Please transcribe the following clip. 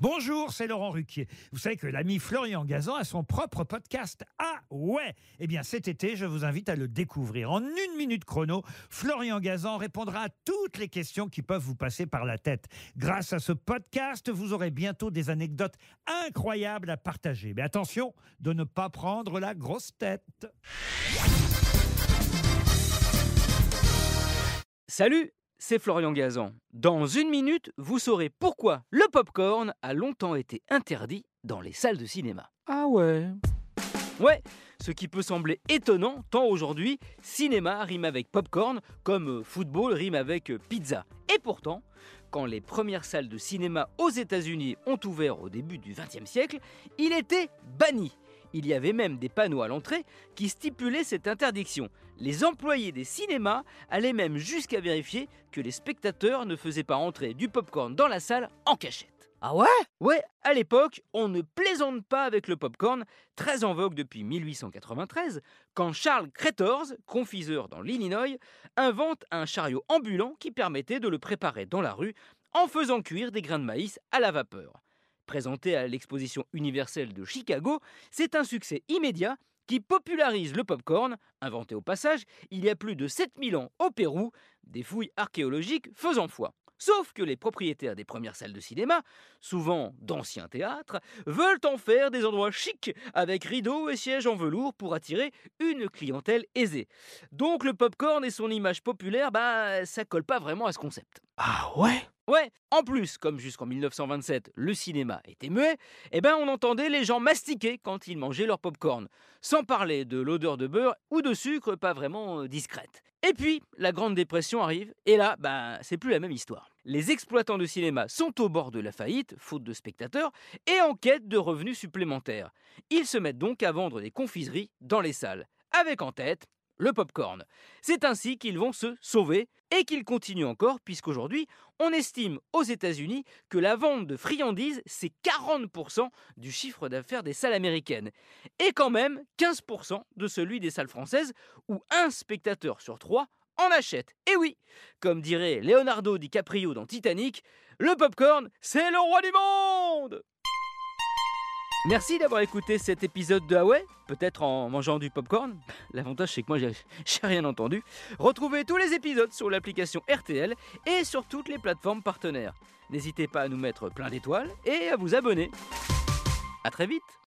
Bonjour, c'est Laurent Ruquier. Vous savez que l'ami Florian Gazan a son propre podcast. Ah ouais. Eh bien cet été, je vous invite à le découvrir. En 1 minute chrono, Florian Gazan répondra à toutes les questions qui peuvent vous passer par la tête. Grâce à ce podcast, vous aurez bientôt des anecdotes incroyables à partager. Mais attention de ne pas prendre la grosse tête. Salut, c'est Florian Gazan. Dans 1 minute, vous saurez pourquoi le popcorn a longtemps été interdit dans les salles de cinéma. Ah ouais. Ouais, ce qui peut sembler étonnant, tant aujourd'hui, cinéma rime avec popcorn, comme football rime avec pizza. Et pourtant, quand les premières salles de cinéma aux États-Unis ont ouvert au début du XXe siècle, il était banni. Il y avait même des panneaux à l'entrée qui stipulaient cette interdiction. Les employés des cinémas allaient même jusqu'à vérifier que les spectateurs ne faisaient pas entrer du popcorn dans la salle en cachette. Ah ouais? Ouais, à l'époque, on ne plaisante pas avec le popcorn, très en vogue depuis 1893, quand Charles Cretors, confiseur dans l'Illinois, invente un chariot ambulant qui permettait de le préparer dans la rue en faisant cuire des grains de maïs à la vapeur. Présenté à l'exposition universelle de Chicago, c'est un succès immédiat qui popularise le popcorn, inventé au passage il y a plus de 7000 ans au Pérou, des fouilles archéologiques faisant foi. Sauf que les propriétaires des premières salles de cinéma, souvent d'anciens théâtres, veulent en faire des endroits chics avec rideaux et sièges en velours pour attirer une clientèle aisée. Donc le popcorn et son image populaire, ça colle pas vraiment à ce concept. Ah ouais? Ouais, en plus, comme jusqu'en 1927, le cinéma était muet, on entendait les gens mastiquer quand ils mangeaient leur popcorn, sans parler de l'odeur de beurre ou de sucre pas vraiment discrète. Et puis, la Grande Dépression arrive, et là, c'est plus la même histoire. Les exploitants de cinéma sont au bord de la faillite, faute de spectateurs, et en quête de revenus supplémentaires. Ils se mettent donc à vendre des confiseries dans les salles, avec en tête le popcorn. C'est ainsi qu'ils vont se sauver et qu'ils continuent encore puisqu'aujourd'hui, on estime aux États-Unis que la vente de friandises, c'est 40% du chiffre d'affaires des salles américaines et quand même 15% de celui des salles françaises où un spectateur sur 3 en achète. Et oui, comme dirait Leonardo DiCaprio dans Titanic, le popcorn, c'est le roi du monde! Merci d'avoir écouté cet épisode de Ah ouais, peut-être en mangeant du popcorn. L'avantage c'est que moi j'ai rien entendu. Retrouvez tous les épisodes sur l'application RTL et sur toutes les plateformes partenaires. N'hésitez pas à nous mettre plein d'étoiles et à vous abonner. À très vite.